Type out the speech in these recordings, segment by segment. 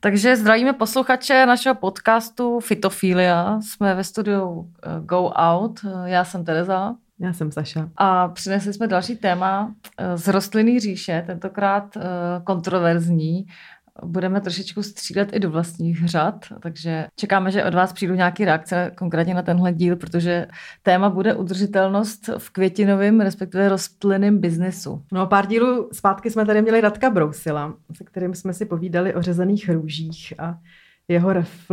Takže zdravíme posluchače našeho podcastu Fitofilia. Jsme ve studiu Go Out. Já jsem Tereza. Já jsem Saša. A přinesli jsme další téma z rostlinné říše, tentokrát kontroverzní. Budeme trošičku střídat i do vlastních řad, takže čekáme, že od vás přijdou nějaké reakce konkrétně na tenhle díl, protože téma bude udržitelnost v květinovém, respektive rostlinném biznesu. No, pár dílů zpátky jsme tady měli Radka Brousila, se kterým jsme si povídali o řezaných růžích a jeho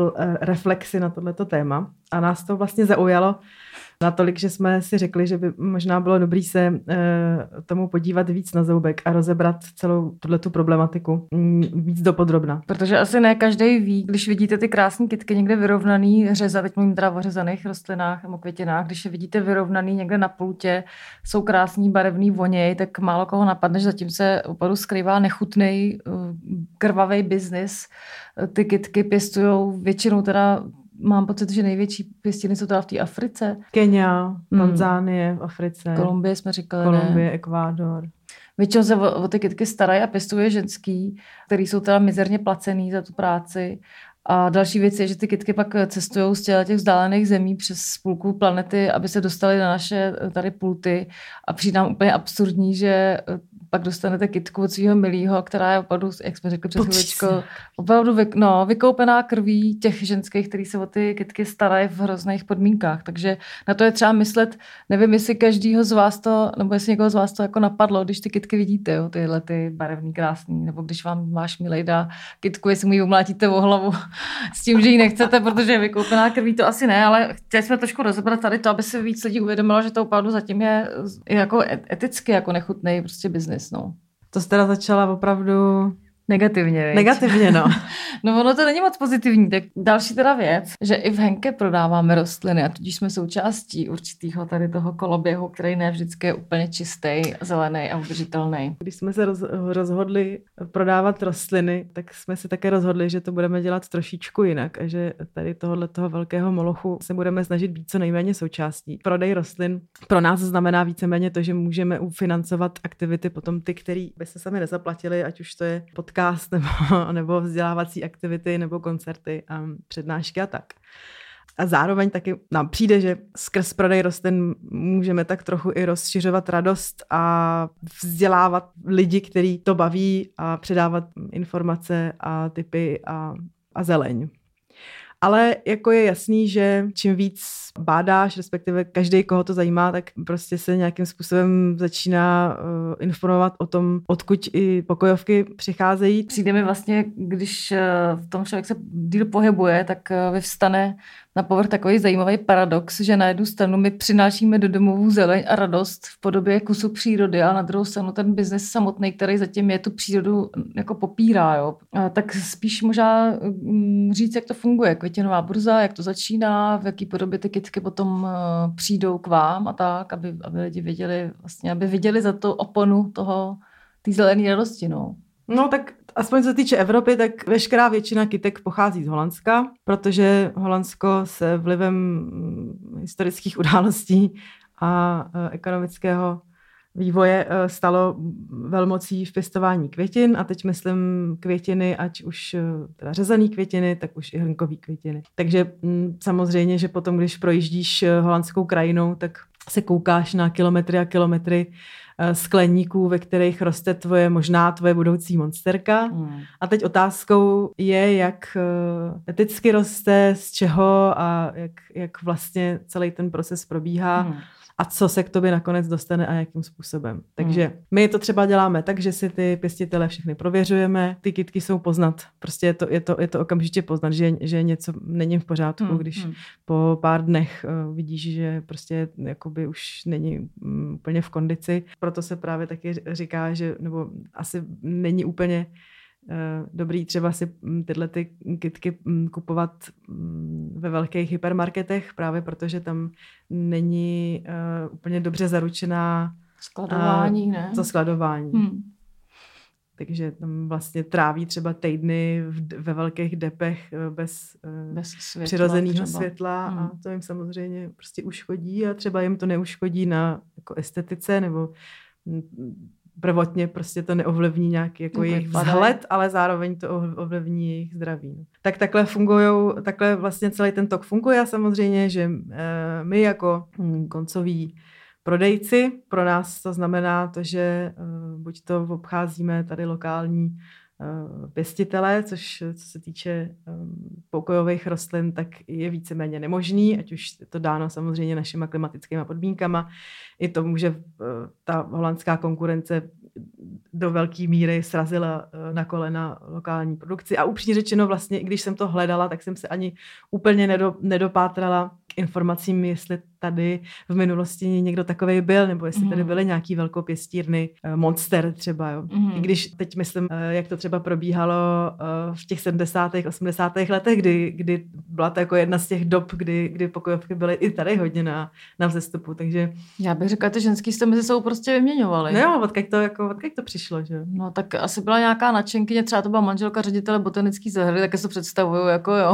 reflexy na tohleto téma. A nás to vlastně zaujalo natolik, že jsme si řekli, že by možná bylo dobré se tomu podívat víc na zoubek a rozebrat celou tuhletu problematiku víc dopodrobna. Protože asi ne každý ví, když vidíte ty krásné kytky někde vyrovnaný řeza, teď mluvím teda o řezaných rostlinách nebo květinách, když je vidíte vyrovnaný někde na plutě, jsou krásný barevný voněj, tak málo koho napadne, že zatím se opravdu skrývá nechutnej, krvavý biznis. Ty kytky pěstujou většinou teda. Mám pocit, že největší pěstiny jsou teda v té Africe. Kenia, Tanzánie v Africe. Kolumbie jsme říkali, Kolumbie, Ekvádor. Většinou se o ty kytky starají a pěstuje ženský, který jsou teda mizerně placený za tu práci. A další věc je, že ty kytky pak cestují z těch vzdálených zemí přes půlku planety, aby se dostaly na naše tady pulty. A přijde nám úplně absurdní, že pak dostanete kytku od svého milýho, která je opravdu, jak jsme řekli před chvíličkou, opravdu vykoupená krví těch ženských, který se o ty kytky starají v hrozných podmínkách. Takže na to je třeba myslet, nevím, jestli každýho z vás to, nebo jestli někoho z vás to jako napadlo, když ty kytky vidíte, jo, tyhle ty barevný, krásný, nebo když vám váš milej dá kytku, jestli mu ji umlátíte o hlavu s tím, že ji nechcete, protože je vykoupená krví, to asi ne, ale chtěli jsme trošku rozebrat tady to, aby se víc lidí uvědomilo, že to opravdu zatím je jako eticky jako nechutný prostě biznis. No. To jsi teda začala opravdu negativně. Negativně, no. No ono to není moc pozitivní. Tak další teda věc, že i v Henke prodáváme rostliny a tudíž jsme součástí určitého tady toho koloběhu, který ne vždycky je úplně čistý, zelený a udržitelný. Když jsme se rozhodli prodávat rostliny, tak jsme si také rozhodli, že to budeme dělat trošičku jinak a že tady tohoto velkého molochu se budeme snažit být co nejméně součástí. Prodej rostlin pro nás znamená víceméně to, že můžeme ufinancovat aktivity potom ty, které by se sami nezaplatili, ať už to je podcast nebo vzdělávací aktivity nebo koncerty a přednášky a tak. A zároveň taky nám přijde, že skrz prodej rostlin můžeme tak trochu i rozšiřovat radost a vzdělávat lidi, který to baví a předávat informace a tipy a zeleň. Ale jako je jasný, že čím víc bádáš, respektive každý, koho to zajímá, tak prostě se nějakým způsobem začíná informovat o tom, odkud i pokojovky přicházejí. Přijde mi vlastně, když v tom člověk se díl pohybuje, tak vyvstane na povrch takový zajímavý paradox, že na jednu stranu my přinášíme do domovů zeleň a radost v podobě kusu přírody a na druhou stranu ten biznes samotný, který zatím je tu přírodu jako popírá. Jo. Tak spíš možná říct, jak to funguje. Květinová burza, jak to začíná, v jaký podobě ty kytky potom přijdou k vám a tak, aby lidi věděli, vlastně, aby viděli za to oponu té zelené radosti. No tak aspoň co se týče Evropy, tak veškerá většina kytek pochází z Holandska, protože Holandsko se vlivem historických událostí a ekonomického vývoje stalo velmocí v pěstování květin a teď myslím květiny, ať už teda řezaný květiny, tak už i hrnkový květiny. Takže samozřejmě, že potom, když projíždíš holandskou krajinou, tak se koukáš na kilometry a kilometry skleníků, ve kterých roste možná tvoje budoucí monsterka. A teď otázkou je, jak eticky roste, z čeho a jak vlastně celý ten proces probíhá a co se k tobě nakonec dostane a jakým způsobem. Takže my to třeba děláme tak, že si ty pěstitele všechny prověřujeme, ty kytky jsou poznat. Prostě je to okamžitě poznat, že něco není v pořádku, když po pár dnech vidíš, že prostě jakoby už není úplně v kondici. Proto se právě taky říká, že nebo asi není úplně dobrý třeba si tyhle ty kytky kupovat ve velkých hypermarketech, právě protože tam není úplně dobře zaručená skladování, ne? To skladování. Takže tam vlastně tráví třeba týdny ve velkých depech bez přirozeného světla a to jim samozřejmě prostě uškodí a třeba jim to neuškodí na jako estetice nebo prvotně prostě to neovlivní nějaký jako jejich vzhled, ale zároveň to ovlivní jejich zdraví. Tak takhle vlastně celý ten tok funguje a samozřejmě, že my jako koncoví prodejci, pro nás to znamená to, že buď to obcházíme tady lokální pěstitele, což co se týče pokojových rostlin, tak je víceméně nemožný, ať už je to dáno samozřejmě našimi klimatickými podmínkama. I tomu, že ta holandská konkurence do velké míry srazila na kolena lokální produkci. A upřímně řečeno vlastně, i když jsem to hledala, tak jsem se ani úplně nedopátrala k informacím, jestli tady v minulosti někdo takovej byl, nebo jestli tady byly nějaký velkopěstírny, Monster třeba. Jo. I když teď myslím, jak to třeba probíhalo v těch 70. 80. letech, kdy byla to jako jedna z těch dob, kdy pokojovky byly i tady hodně na vzestupu. Takže já bych řekla, že ženský jste mezi sebou prostě vyměňovali. No jo, odkud to přišlo, že? No tak asi byla nějaká nadšenkyně, třeba to byla manželka ředitele botanické zahrady, tak si to představuju, jako jo.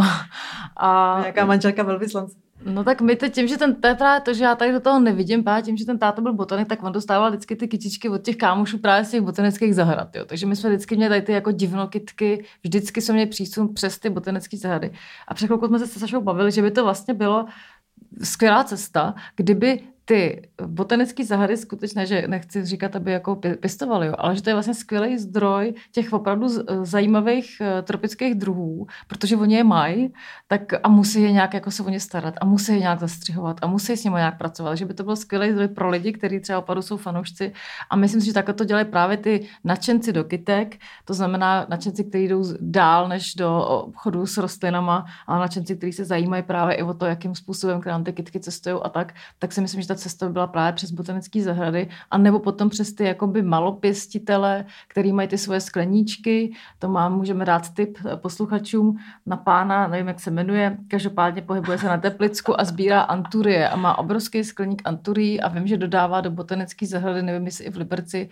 A nějaká manželka velvyslance. No tak my teď tím, že to, že já tady do toho nevidím, tím, že ten táta byl botanik, tak on dostával vždycky ty kytičky od těch kámošů právě z těch botanických zahrad, jo. Takže my jsme vždycky měli tady ty jako divnokytky, vždycky jsme měli přísun přes ty botanické zahrady. A před chvilkou jsme se s Sašou bavili, že by to vlastně bylo skvělá cesta, kdyby ty botanické zahrady skutečně, že nechci říkat, aby jako pěstovali, jo, ale že to je vlastně skvělý zdroj těch opravdu zajímavých tropických druhů, protože oni je mají, tak a musí je nějak jako se o ně starat a musí je nějak zastřihovat a musí s nimi nějak pracovat, že by to byl skvělý zdroj pro lidi, kteří třeba opravdu jsou fanoušci a myslím si, že takhle to dělají právě ty nadšenci do kytek, to znamená nadšenci, kteří jdou dál než do obchodu s rostlinama, a nadšenci, kteří se zajímají právě i o to, jakým způsobem k nám ty kytky cestují a tak si myslím, že ta cesta byla právě přes botanické zahrady, a nebo potom přes ty jakoby malopěstitele, který mají ty svoje skleníčky. To můžeme dát tip posluchačům na pána, nevím, jak se jmenuje, každopádně pohybuje se na Teplicku a sbírá anturie a má obrovský skleník anturií a vím, že dodává do botanické zahrady, nevím, jestli i v Liberci,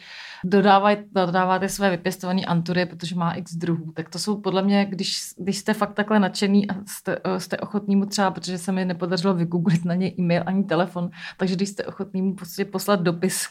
dodává ty své vypěstované anturie, protože má x druhů. Tak to jsou podle mě, když jste fakt takhle nadšený a jste ochotný mu třeba, protože se mi nepodařilo vygooglit na něj e-mail ani telefon, takže když jste ochotný mu prostě poslat dopis,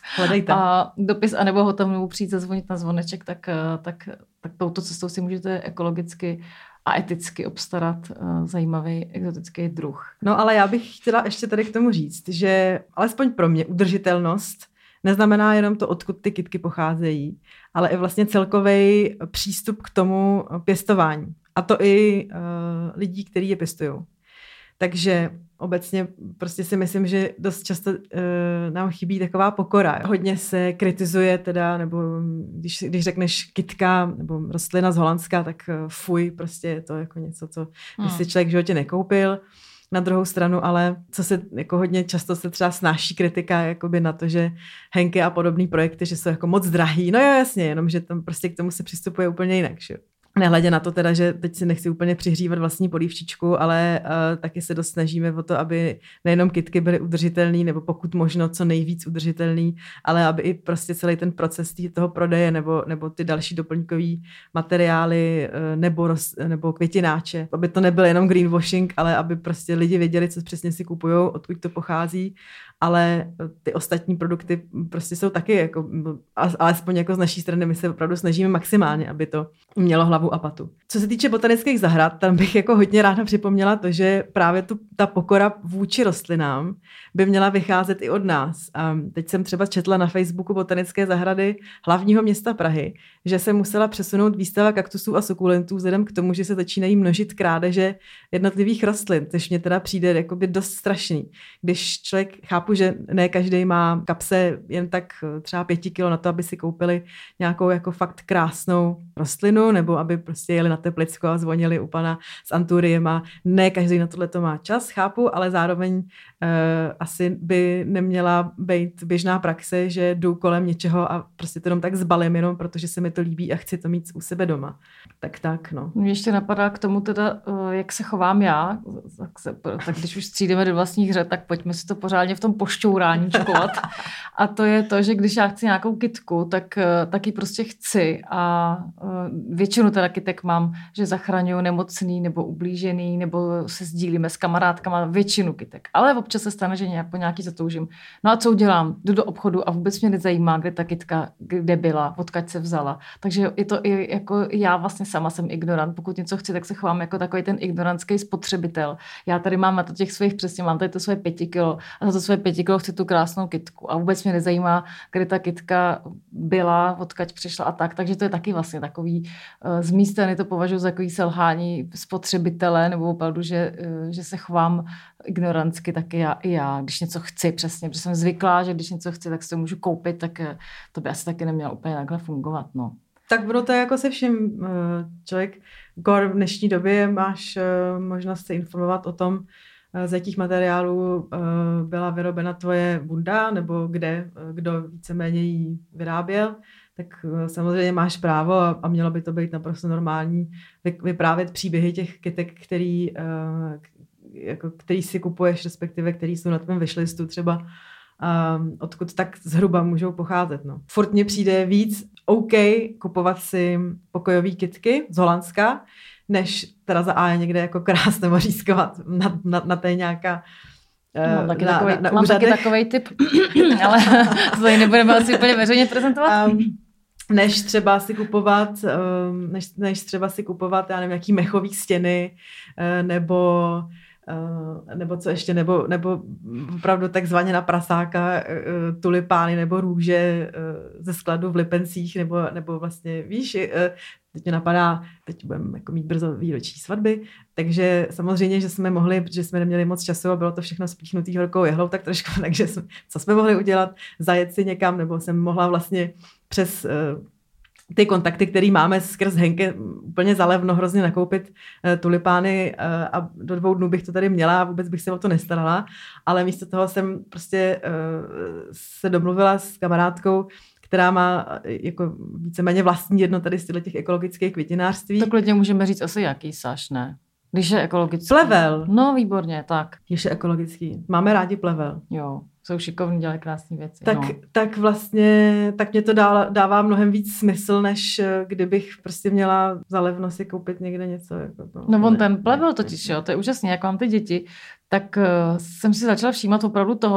a nebo ho tam přijít zazvonit na zvoneček, tak touto cestou si můžete ekologicky a eticky obstarat zajímavý exotický druh. No ale já bych chtěla ještě tady k tomu říct, že alespoň pro mě udržitelnost neznamená jenom to, odkud ty kytky pocházejí, ale i vlastně celkový přístup k tomu pěstování. A to i lidí, kteří je pěstujou. Takže obecně prostě si myslím, že dost často nám chybí taková pokora. Hodně se kritizuje teda, nebo když řekneš kytka nebo rostlina z Holandska, tak fuj, prostě je to jako něco, co by si člověk v životě nekoupil. Na druhou stranu, ale co se jako hodně často se třeba snáší kritika jakoby na to, že Henke a podobný projekty, že jsou jako moc drahý. No jo, jasně, jenom že tam prostě k tomu se přistupuje úplně jinak, že? Nehledě na to teda, že teď si nechci úplně přihřívat vlastní polívčičku, ale taky se dost snažíme o to, aby nejenom kytky byly udržitelný, nebo pokud možno co nejvíc udržitelný, ale aby i prostě celý ten proces toho prodeje nebo ty další doplňkový materiály nebo květináče, aby to nebyl jenom greenwashing, ale aby prostě lidi věděli, co přesně si kupujou, odkud to pochází, ale ty ostatní produkty prostě jsou taky jako, alespoň jako z naší strany my se opravdu snažíme maximálně, aby to mělo hlavu a patu. Co se týče botanických zahrad, tam bych jako hodně ráda připomněla to, že právě ta pokora vůči rostlinám by měla vycházet i od nás. A teď jsem třeba četla na Facebooku Botanické zahrady hlavního města Prahy, že se musela přesunout výstava kaktusů a sukulentů vzhledem k tomu, že se začínají množit krádeže jednotlivých rostlin, což mě teda přijde jakoby dost strašný. Když člověk, chápu, že ne každý má kapse jen tak třeba 5 kilo na to, aby si koupili nějakou jako fakt krásnou rostlinu, nebo aby prostě jeli na Teplicko a zvonili u pana s anturiema. Ne každý na tohle to má čas, chápu, ale zároveň asi by neměla být běžná praxe, že jdu kolem něčeho a prostě to jenom tak zbalím, jenom protože se mi to líbí a chci to mít u sebe doma. Tak, no. Mě ještě napadá k tomu teda, jak se chovám já, tak když už střídeme do vlastních řad, tak pojďme si to pořádně v tom pošťourání čekovat. A to je to, že když já chci nějakou kytku, tak ji prostě chci a většinu teda řada kytek mám, že zachraňuju nemocný nebo ublížený, nebo se sdílíme s kamarádkama, většinu kytek. Ale občas se stane, že po nějaký zatoužím. No a co udělám? Jdu do obchodu a vůbec mě nezajímá, kde ta kytka kde byla, odkud se vzala. Takže je to i jako já vlastně sama jsem ignorant. Pokud něco chci, tak se chovám jako takový ten ignorantský spotřebitel. Já tady mám na to těch svých přesně, mám tady to svoje 5 kilo a za to svoje 5 kilo chci tu krásnou kytku. A vůbec mě nezajímá, kde ta kytka byla, odkud přišla a tak. Takže to je taky vlastně takový, z mé strany to považuji za takový selhání spotřebitele, nebo opravdu, že se chovám ignorantsky taky i já, když něco chci přesně, protože jsem zvyklá, že když něco chci, tak si to můžu koupit, tak to by asi taky nemělo úplně takhle fungovat, no. Tak bylo to jako se vším. Člověk v dnešní době máš možnost se informovat o tom, z jakých materiálů byla vyrobena tvoje bunda, nebo kdo víceméně ji vyráběl, tak samozřejmě máš právo a mělo by to být naprosto normální vyprávět příběhy těch kytek, který si kupuješ, respektive který jsou na tvém wishlistu třeba, odkud tak zhruba můžou pocházet. No. Furt mně přijde víc OK kupovat si pokojový kytky z Holandska, než teda za A někde jako krás nebo řískovat na té nějaká mám taky takovej typ, ale to tady nebudeme asi úplně veřejně prezentovat. Než třeba si kupovat, já nevím, jaký mechový stěny, nebo co ještě, nebo opravdu takzvaně na prasáka tulipány nebo růže ze skladu v Lipencích, nebo vlastně, víš, teď mě napadá, teď budeme jako mít brzo výročí svatby, takže samozřejmě, že jsme mohli, protože jsme neměli moc času a bylo to všechno spíchnutý horkou jehlou, tak trošku, takže co jsme mohli udělat, zajet si někam, nebo jsem mohla vlastně přes ty kontakty, které máme skrz Henke, úplně zalevno hrozně nakoupit tulipány a do 2 dnů bych to tady měla a vůbec bych se o to nestarala, ale místo toho jsem prostě se domluvila s kamarádkou, která má jako víceméně vlastní jedno tady z těch ekologických květinářství. To klidně můžeme říct asi jaký Saš, ne? Když je ekologický. Plevel. No výborně, tak. Když je ekologický. Máme rádi plevel. Jo, jsou šikovní, dělají krásné věci. Tak vlastně, tak mě to dává mnohem víc smysl, než kdybych prostě měla za levno si koupit někde něco. Jako to, no on ten plevel totiž, jo, to je úžasný, jak mám ty děti, tak jsem si začala všímat opravdu toho,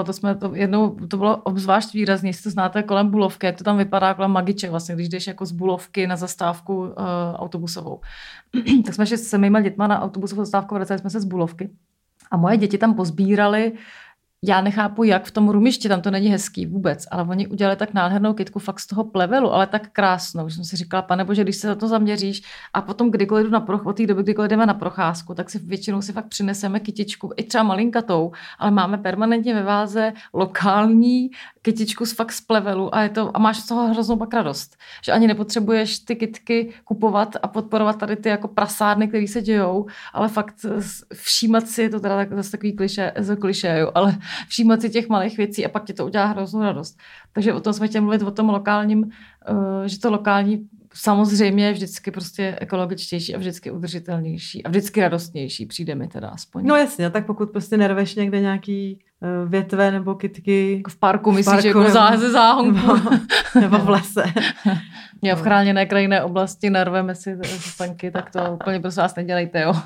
to bylo obzvlášť výrazný, jestli to znáte kolem Bulovky, jak to tam vypadá kolem Magiče vlastně, když jdeš jako z Bulovky na zastávku autobusovou. Tak jsme šli s mýma dětma na autobusovou zastávku, vraceli jsme se z Bulovky a moje děti tam pozbírali. Já nechápu, jak v tom Rumišti, tam to není hezký vůbec, ale oni udělali tak nádhernou kytku fakt z toho plevelu, ale tak krásnou, že jsem si říkala, pane bože, když se na to zaměříš a potom kdykoliv jdu od té doby, kdykoliv jdeme na procházku, tak si většinou si fakt přineseme kytičku, i třeba malinkatou, ale máme permanentně ve váze lokální kytičku fakt z plevelu a máš z toho hroznou pak radost, že ani nepotřebuješ ty kytky kupovat a podporovat tady ty jako prasárny, které se dějou, ale fakt všímat si, je to teda zase takový klišé, jo, ale všímat si těch malých věcí a pak ti to udělá hroznou radost. Takže o tom jsme chtěli mluvit, o tom lokálním, že to lokální samozřejmě je vždycky prostě ekologičtější a vždycky udržitelnější a vždycky radostnější, přijde mi teda aspoň. No jasně, tak pokud prostě nerveš někde nějaký větve nebo kytky. V parku myslíš, jako ze záhonku. Nebo v lese. Jo, v chráněné krajinné oblasti narveme si sanky, tak to úplně prostě vás nedělejte, jo.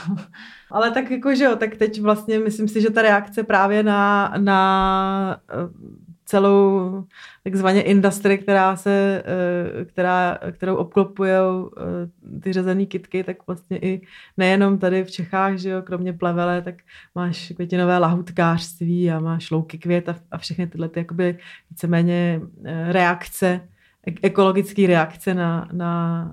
Ale tak jakože jo, tak teď vlastně myslím si, že ta reakce právě na celou takzvaně industry, kterou obklopujou ty řezaný kytky, tak vlastně i nejenom tady v Čechách, že jo, kromě plevele, tak máš květinové lahůdkářství a máš louky květ a všechny tyhle ty jakoby víceméně reakce, ekologické reakce na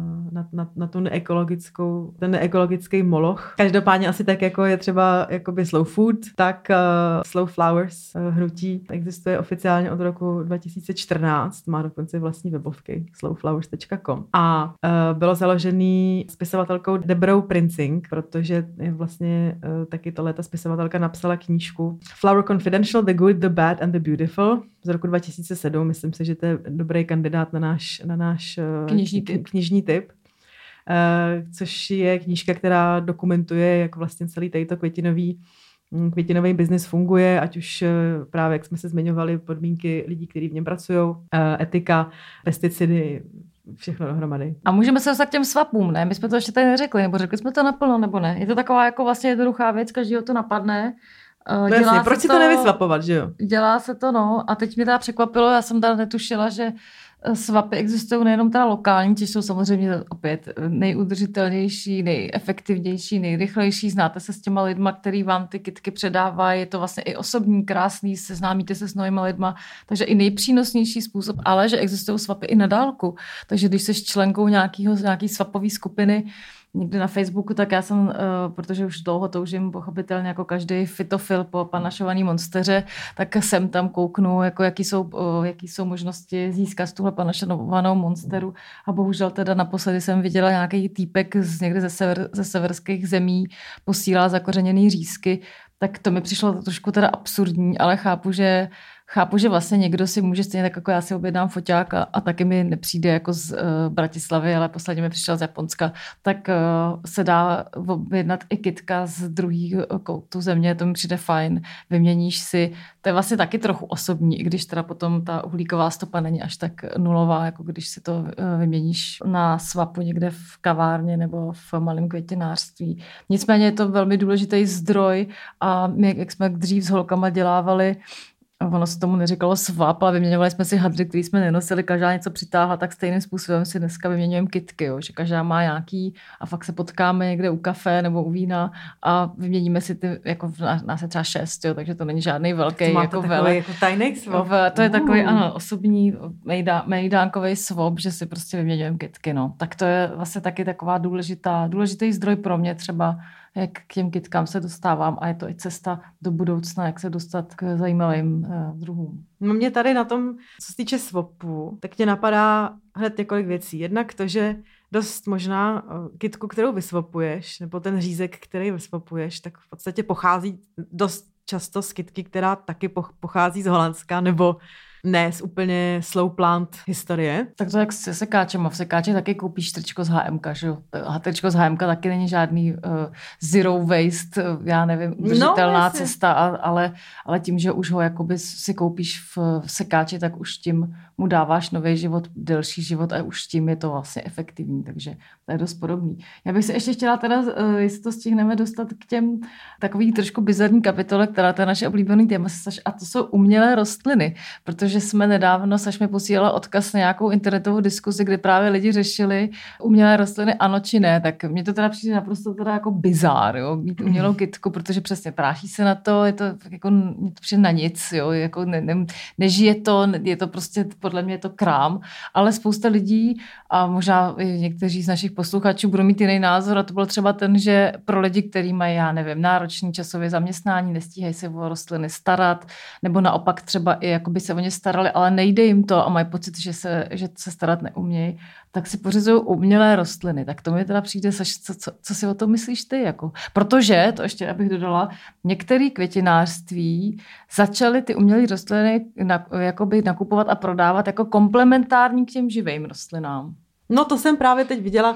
ten ekologický moloch. Každopádně asi tak, jako je třeba jakoby slow food, tak slow flowers hnutí existuje oficiálně od roku 2014, má dokonce vlastní webovky slowflowers.com a bylo založený spisovatelkou Deborah Prinzing, protože vlastně taky ta spisovatelka napsala knížku Flower Confidential, The Good, The Bad and The Beautiful z roku 2007. Myslím si, že to je dobrý kandidát na náš knižní tip. Což je knížka, která dokumentuje, jak vlastně celý tento květinový biznis funguje, ať už právě, jak jsme se zmiňovali, podmínky lidí, kteří v něm pracují, etika, pesticidy, všechno dohromady. A můžeme se dostat k těm swapům, ne? My jsme to ještě tady neřekli, nebo řekli jsme to naplno, nebo ne? Je to taková jako vlastně jednoduchá věc, každýho to napadne. No jasně, proč si to nevyswapovat, že jo? Dělá se to, no. A teď mě teda překvapilo, já jsem teda netušila, že swapy existují nejenom teda lokální, což jsou samozřejmě opět nejudržitelnější, nejefektivnější, nejrychlejší. Znáte se s těma lidma, který vám ty kitky předávají. Je to vlastně i osobní, krásný, seznámíte se s novýma lidma. Takže i nejpřínosnější způsob, ale že existují swapy i na dálku. Takže když jsi členkou nějaký swapové skupiny, někdy na Facebooku, tak já jsem, protože už dlouho toužím pochopitelně jako každý fitofil po panašovaný monsteře, tak sem tam kouknu, jako jaký jsou možnosti získat tuhle panašovanou monsteru. A bohužel teda naposledy jsem viděla nějaký týpek někde ze severských zemí, posílá zakořeněný řízky, tak to mi přišlo trošku teda absurdní, ale chápu, že vlastně někdo si může stejně tak, jako já si objednám foťák a taky mi nepřijde jako z Bratislavy, ale posledně mi přišel z Japonska, tak se dá objednat i kitka z druhého koutu země, to mi přijde fajn, vyměníš si, to je vlastně taky trochu osobní, i když teda potom ta uhlíková stopa není až tak nulová, jako když si to vyměníš na swapu někde v kavárně nebo v malém květinářství. Nicméně je to velmi důležitý zdroj a my, jak jsme dřív s holkama dělávali, ono se tomu neříkalo swap, ale vyměňovali jsme si hadry, který jsme nenosili, každá něco přitáhla, tak stejným způsobem si dneska vyměňujeme kitky, jo? Že každá má nějaký a fakt se potkáme někde u kafe nebo u vína a vyměníme si ty, jako nás je třeba 6, jo? Takže to není žádný velký jako velký. Jako tajný swap. To je takový, ano, osobní mejdánkový swap, že si prostě vyměňujeme kitky, no. Tak to je vlastně taky taková důležitý zdroj pro mě třeba, jak k těm kytkám se dostávám a je to i cesta do budoucna, jak se dostat k zajímavým druhům. No mě tady na tom, co se týče swapu, tak tě napadá hned několik věcí. Jednak to, že dost možná kytku, kterou vyswapuješ, nebo ten řízek, který vyswapuješ, tak v podstatě pochází dost často z kytky, která taky pochází z Holandska, nebo ne z úplně slow plant historie. Tak to jak se sekáčem. V sekáči taky koupíš tričko z HMK, že jo? A tričko z HMK taky není žádný zero waste, já nevím, udržitelná cesta, ale tím, že už ho jakoby si koupíš v sekáči, tak už tím mu dáváš nový život, delší život a už tím je to vlastně efektivní, takže to je dost podobný. Já bych se ještě chtěla teda, jestli to stihneme dostat k těm takový trošku bizarní kapitole, která to je naše oblíbený téma, a to jsou umělé rostliny, protože jsme nedávno, Saš mi posílala odkaz na nějakou internetovou diskuzi, kde právě lidi řešili umělé rostliny ano či ne, tak mně to teda přijde naprosto teda jako bizár, jo, mít umělou kytku, protože přesně práší se na to, je to jako, mě to přijde na nic, jo, jako nežije to, je to prostě, podle mě je to krám, ale spousta lidí a možná i někteří z našich posluchačů budou mít jiný názor a to byl třeba ten, že pro lidi, kteří mají, já nevím, náročný časové zaměstnání, nestíhají se o rostliny starat, nebo naopak třeba i jakoby se o ně starali, ale nejde jim to a mají pocit, že se starat neumějí, tak si pořizují umělé rostliny. Tak to mi teda přijde, co si o tom myslíš ty? Jako? Protože, to ještě abych dodala, některé květinářství začaly ty umělé rostliny jakoby nakupovat a prodávat jako komplementární k těm živým rostlinám. No to jsem právě teď viděla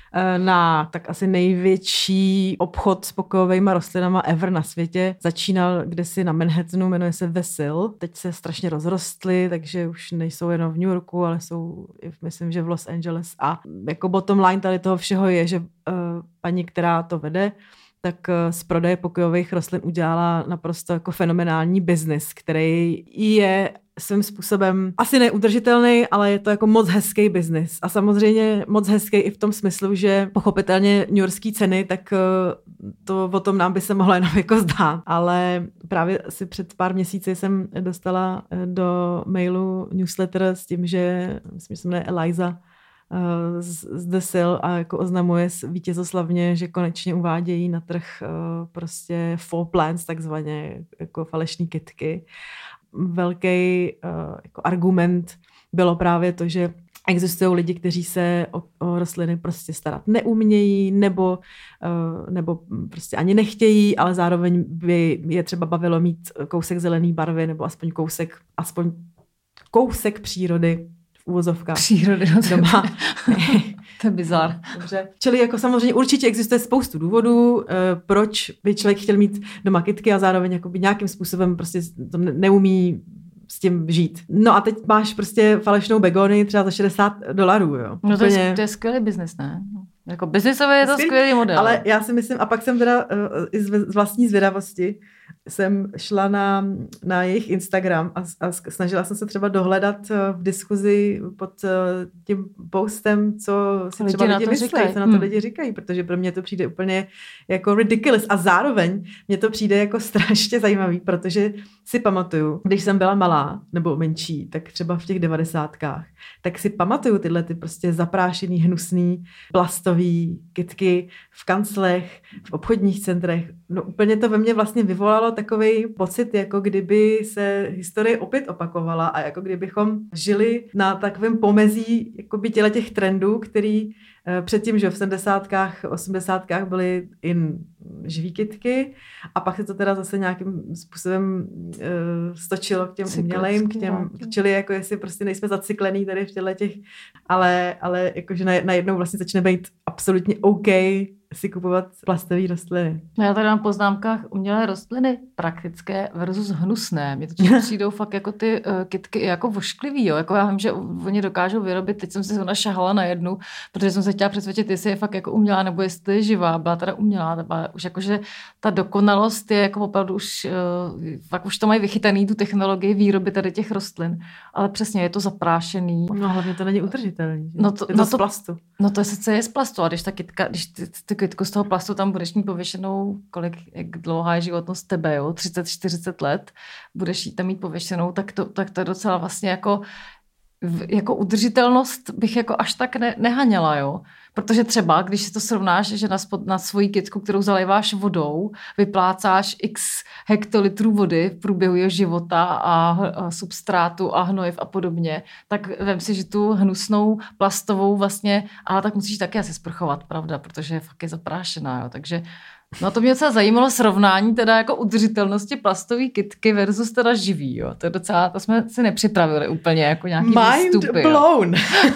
na tak asi největší obchod s pokojovými rostlinama ever na světě. Začínal kdesi na Manhattanu, jmenuje se Vesil. Teď se strašně rozrostly, takže už nejsou jenom v New Yorku, ale jsou, myslím, že v Los Angeles. A jako bottom line tady toho všeho je, že paní, která to vede, tak z prodeje pokojových rostlin udělala naprosto jako fenomenální biznis, který je svým způsobem asi neudržitelný, ale je to jako moc hezký biznis. A samozřejmě moc hezký i v tom smyslu, že pochopitelně newyorský ceny, tak to o tom nám by se mohlo jenom jako zdát. Ale právě asi před pár měsíci jsem dostala do mailu newsletter s tím, že myslím, že se jmenuje Eliza z The Sill a jako oznamuje vítězoslavně, že konečně uvádějí na trh prostě faux plants, takzvaně jako falešný kytky. Velký jako argument bylo právě to, že existují lidi, kteří se o rostliny prostě starat neumějí nebo prostě ani nechtějí, ale zároveň by je třeba bavilo mít kousek zelený barvy nebo aspoň kousek přírody v uvozovkách. Přírody doma. To je bizar. Dobře. Čili jako samozřejmě určitě existuje spoustu důvodů, proč by člověk chtěl mít doma kytky a zároveň jakoby nějakým způsobem prostě to neumí s tím žít. No a teď máš prostě falešnou begonii třeba za $60, jo. No to je skvělý biznis, ne? Jako biznisově je to skvělý model. Ale já si myslím, a pak jsem teda i z vlastní zvědavosti jsem šla na jejich Instagram a snažila jsem se třeba dohledat v diskuzi pod tím postem, co si třeba lidi myslejí, co na to lidi říkají, protože pro mě to přijde úplně jako ridiculous a zároveň mě to přijde jako strašně zajímavý, protože si pamatuju, když jsem byla malá nebo menší, tak třeba v těch 90kách, tak si pamatuju tyhle ty prostě zaprášený, hnusný, plastový kytky v kanclech, v obchodních centrech. No úplně to ve mně vlastně vyvolalo takový pocit, jako kdyby se historie opět opakovala a jako kdybychom žili na takovém pomezí jakoby těch trendů, který předtím, že v 70kách, 80kách byly in živý kytky a pak se to teda zase nějakým způsobem stočilo k těm umělejm, čili jako jestli prostě nejsme zacyklený tady v těch, ale jakože najednou vlastně začne být absolutně OK si kupovat plastové rostliny. No já tady mám v poznámkách umělé rostliny praktické versus hnusné. Mně to přijdou fakt jako ty kytky jako vošklivý, jo. Jako já vím, že oni dokážou vyrobit, teď jsem se ona šahala na jednu, protože jsem se chtěla přesvědčit, jestli je fakt jako umělá, nebo jestli je živá. Byla teda umělá, byla už jakože ta dokonalost je jako opravdu už fakt už to mají vychytaný tu technologii výroby tady těch rostlin. Ale přesně je to zaprášený. No hlavně to není udržitelný. Je to z plastu. No to sice je z plastu, a když ta kytka, když ty kytku z toho plastu tam budeš mít pověšenou, jak dlouhá je životnost tebe, jo, 30-40 let, budeš jí tam mít pověšenou, tak to je docela vlastně jako udržitelnost bych jako až tak nehaněla, jo. Protože třeba, když si to srovnáš, že na svoji kytku, kterou zaléváš vodou, vyplácáš x hektolitrů vody v průběhu jeho života a substrátu a hnojiv a podobně, tak vem si, že tu hnusnou plastovou vlastně, ale tak musíš taky asi sprchovat, pravda, protože fakt je zaprášená, jo. Takže no to mě docela zajímalo srovnání teda jako udržitelnosti plastové kytky versus teda živý, jo. To je docela, to jsme si nepřipravili úplně jako nějaký výstupy. Mind blown.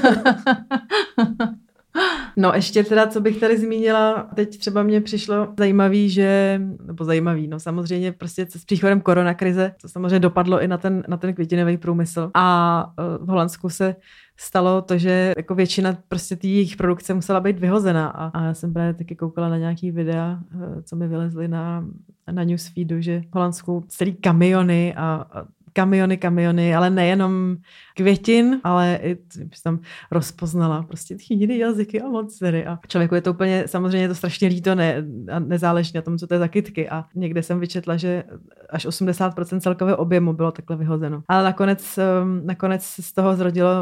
No ještě teda, co bych tady zmínila, teď třeba mě přišlo zajímavý, no samozřejmě prostě s příchodem koronakrize, to samozřejmě dopadlo i na ten květinový průmysl a v Holandsku se stalo to, že jako většina prostě té jejich produkce musela být vyhozena a já jsem právě taky koukala na nějaký videa, co mi vylezly na newsfeedu, že v Holandsku celý kamiony a kamiony, ale nejenom květin, ale i tam rozpoznala prostě jiný jazyky a monstery. A člověku je to úplně, samozřejmě je to strašně líto, nezáleží na tom, co to je za kytky. A někde jsem vyčetla, že až 80% celkového objemu bylo takhle vyhozeno. Ale nakonec se z toho zrodilo,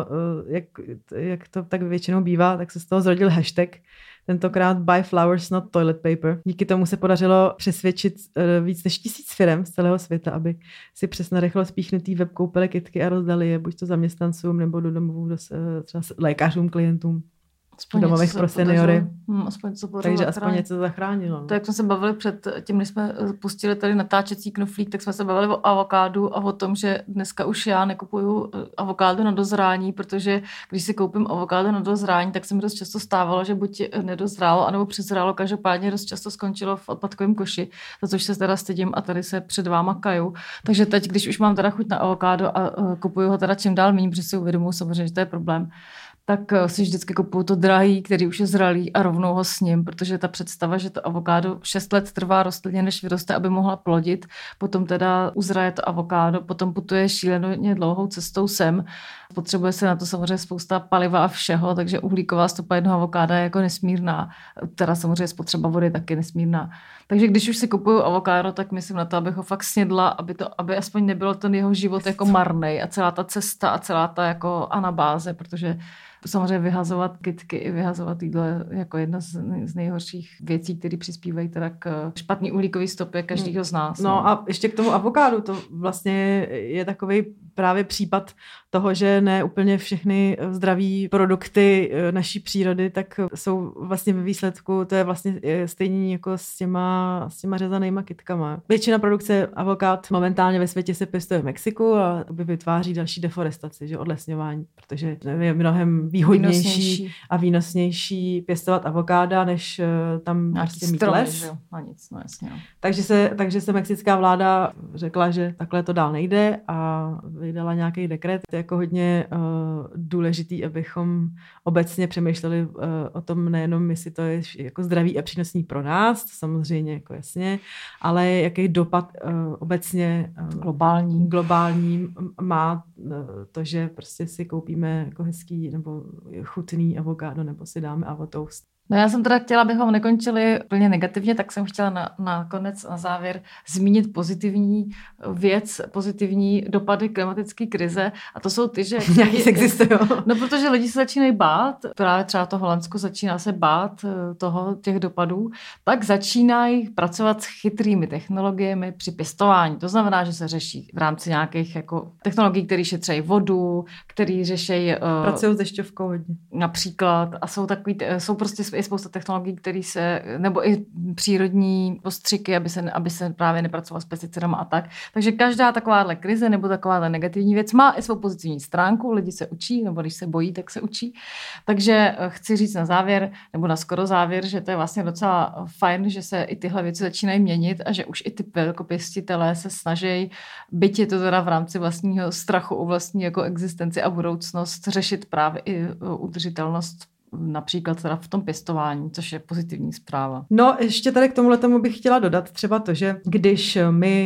jak to tak většinou bývá, tak se z toho zrodil hashtag, tentokrát Buy Flowers, Not Toilet Paper. Díky tomu se podařilo přesvědčit víc než 1000 firem z celého světa, aby si přes narychlo spíchnutý web koupili kytky a rozdali je buď to zaměstnancům nebo do domovů, třeba lékařům, klientům. Aspoň domových pro seniory. Takže aspoň něco zachránilo. To, jak jsme se bavili před tím, když jsme pustili tady natáčecí knoflík, tak jsme se bavili o avokádu a o tom, že dneska už já nekupuju avokádo na dozrání, protože když si koupím avokádo na dozrání, tak se mi dost často stávalo, že buď nedozrálo, anebo přezrálo, každopádně dost často skončilo v odpadkovém koši, za což se teda stydím a tady se před váma kaju. Takže teď, když už mám teda chuť na avokádo a kupuju ho teda čím dál méně, protože si uvědomuji samozřejmě, že to je problém, tak si vždycky kupuju to drahý, který už je zralý a rovnou ho sním, protože ta představa, že to avokádo 6 let trvá rostlině, než vyroste, aby mohla plodit, potom teda uzraje to avokádo, potom putuje šíleně dlouhou cestou sem. Potřebuje se na to samozřejmě spousta paliva a všeho, takže uhlíková stopa jednoho avokáda je jako nesmírná. Teda samozřejmě spotřeba vody taky nesmírná. Takže když už si kupuju avokádo, tak myslím na to, abych ho fakt snědla, aby aspoň nebylo ten jeho život jako marnej a celá ta cesta a celá ta jako anabáze, protože samozřejmě vyhazovat kytky i vyhazovat jídlo jako jedna z nejhorších věcí, které přispívají teda k špatný uhlíkový stopě každého z nás. No a ještě k tomu avokádu, to vlastně je takový právě případ toho, že ne úplně všechny zdraví produkty naší přírody, tak jsou vlastně ve výsledku, to je vlastně stejný jako s těma řezanýma kytkama. Většina produkce avokád momentálně ve světě se pěstuje v Mexiku a vytváří další deforestaci, že odlesňování, protože je mnohem výhodnější a výnosnější pěstovat avokáda, než tam prostě mít les. A nic, no jasně. Takže se mexická vláda řekla, že takhle to dál nejde a vydala nějaký dekret. Je jako hodně důležitý, abychom obecně přemýšleli o tom nejenom, jestli to je jako zdravý a přínosný pro nás, to samozřejmě jako jasně, ale jaký dopad obecně globální má to, že prostě si koupíme jako hezký nebo chutný avokádo nebo si dáme avotoast. No já jsem teda chtěla, abychom nekončili úplně negativně, tak jsem chtěla na závěr zmínit pozitivní věc, pozitivní dopady klimatické krize a to jsou ty, že... existují. No protože lidi se začínají bát, právě třeba to Holandsko začíná se bát těch dopadů, tak začínají pracovat s chytrými technologiemi při pěstování. To znamená, že se řeší v rámci nějakých jako technologií, které šetří vodu, které řeší... Pracují s dešťovkou hodně. Například a jsou prostě je spousta technologií, které nebo i přírodní postřiky, aby se právě nepracovalo s pesticidama a tak. Takže každá takováhle krize nebo takováhle negativní věc má i svou pozitivní stránku, lidi se učí, nebo když se bojí, tak se učí. Takže chci říct na závěr, nebo na skoro závěr, že to je vlastně docela fajn, že se i tyhle věci začínají měnit a že už i ty velkopěstitelé se snaží, byť je to teda v rámci vlastního strachu o vlastní jako existenci a budoucnost, řešit právě i udržitelnost například teda v tom pěstování, což je pozitivní zpráva. No, ještě tady k tomu bych chtěla dodat třeba to, že když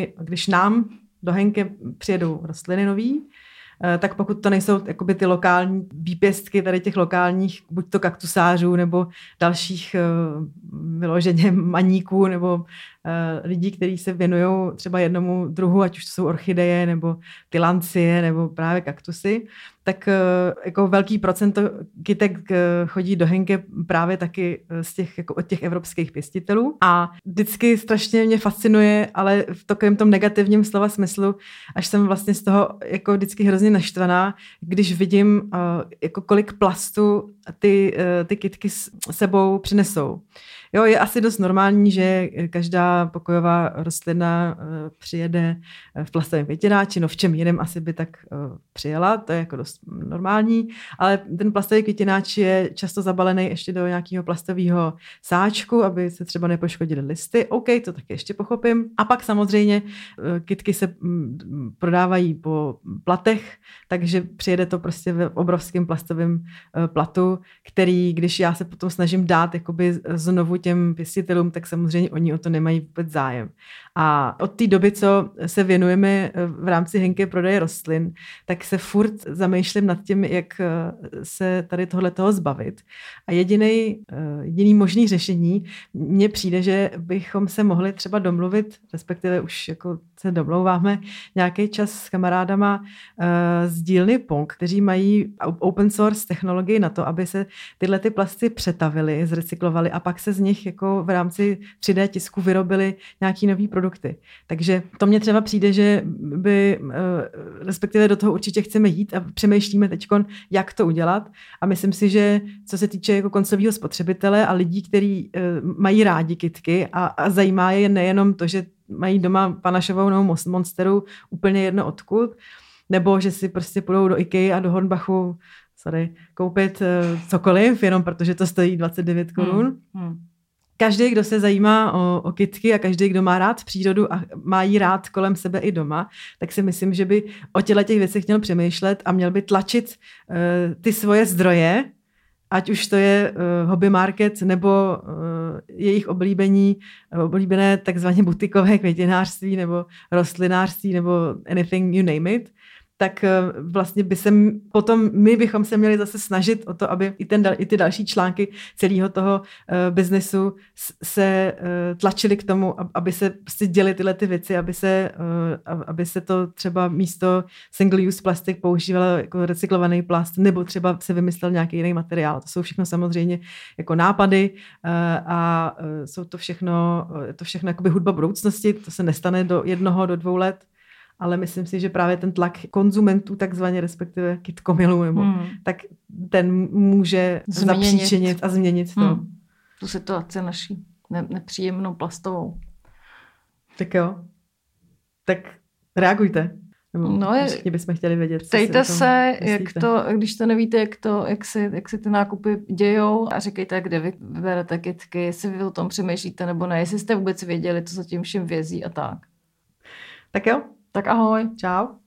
nám do Henke přijedou rostliny nový, tak pokud to nejsou jakoby ty lokální výpěstky tady těch lokálních, buď to kaktusářů nebo dalších vyloženě maníků nebo lidí, kteří se věnují třeba jednomu druhu, ať už to jsou orchideje nebo tylancie nebo právě kaktusy, tak jako velký procento kytek chodí do Henke právě taky od těch evropských pěstitelů. A vždycky strašně mě fascinuje, ale v takovém tom negativním slova smyslu, až jsem vlastně z toho jako vždycky hrozně naštvaná, když vidím, jako kolik plastu ty kytky s sebou přinesou. Jo, je asi dost normální, že každá pokojová rostlina přijede v plastovém květináči, no v čem jiném asi by tak přijela, to je jako dost normální, ale ten plastový květináč je často zabalený ještě do nějakého plastového sáčku, aby se třeba nepoškodily listy. OK, to taky ještě pochopím. A pak samozřejmě kytky se prodávají po platech, takže přijede to prostě v obrovském plastovém platu, který, když já se potom snažím dát jakoby znovu těm pěstitelům, tak samozřejmě oni o to nemají vůbec zájem. A od té doby, co se věnujeme v rámci Henke prodeje rostlin, tak se furt zamýšlím nad tím, jak se tady tohletoho zbavit. A jediný možný řešení mně přijde, že bychom se mohli třeba domluvit, respektive už jako se domlouváme nějaký čas s kamarádama z dílny Pong, kteří mají open source technologii na to, aby se tyhle ty plasty přetavily, zrecyklovaly a pak se z nich jako v rámci 3D tisku vyrobily nějaký nový produkty. Takže to mně třeba přijde, že respektive do toho určitě chceme jít a přemýšlíme teďkon, jak to udělat. A myslím si, že co se týče jako koncového spotřebitele a lidí, kteří mají rádi kytky a zajímá je nejenom to, že mají doma panašovou nebo monsteru úplně jedno odkud, nebo že si prostě půjdou do IKEA a do Hornbachu koupit cokoliv, jenom protože to stojí 29 korun. Každý, kdo se zajímá o kytky a každý, kdo má rád přírodu a má jí rád kolem sebe i doma, tak si myslím, že by o těch věcech měl přemýšlet a měl by tlačit ty svoje zdroje, ať už to je hobby market nebo jejich oblíbené takzvaně butikové květinářství nebo rostlinářství nebo anything you name it, tak vlastně my bychom se měli zase snažit o to, aby i ty další články celého toho biznesu se tlačily k tomu, aby se prostě děly tyhle ty věci, aby se to třeba místo single-use plastik používalo jako recyklovaný plast, nebo třeba se vymyslel nějaký jiný materiál. To jsou všechno samozřejmě jako nápady a jsou to všechno jakoby hudba budoucnosti, to se nestane do 1 do 2 let. Ale myslím si, že právě ten tlak konzumentů, takzvaně respektive kytkomilů, tak ten může zapříčinit a změnit to. Tu situaci naší nepříjemnou plastovou. Tak jo. Tak reagujte. Všichni bychom chtěli vědět, ptejte se, když to nevíte, jak se ty nákupy dějou a říkejte, kde vy vyberete kytky, jestli vy o tom přemýšlíte nebo ne, jestli jste vůbec věděli, co za tím všem vězí a tak. Tak jo. Tak ahoj. Čau.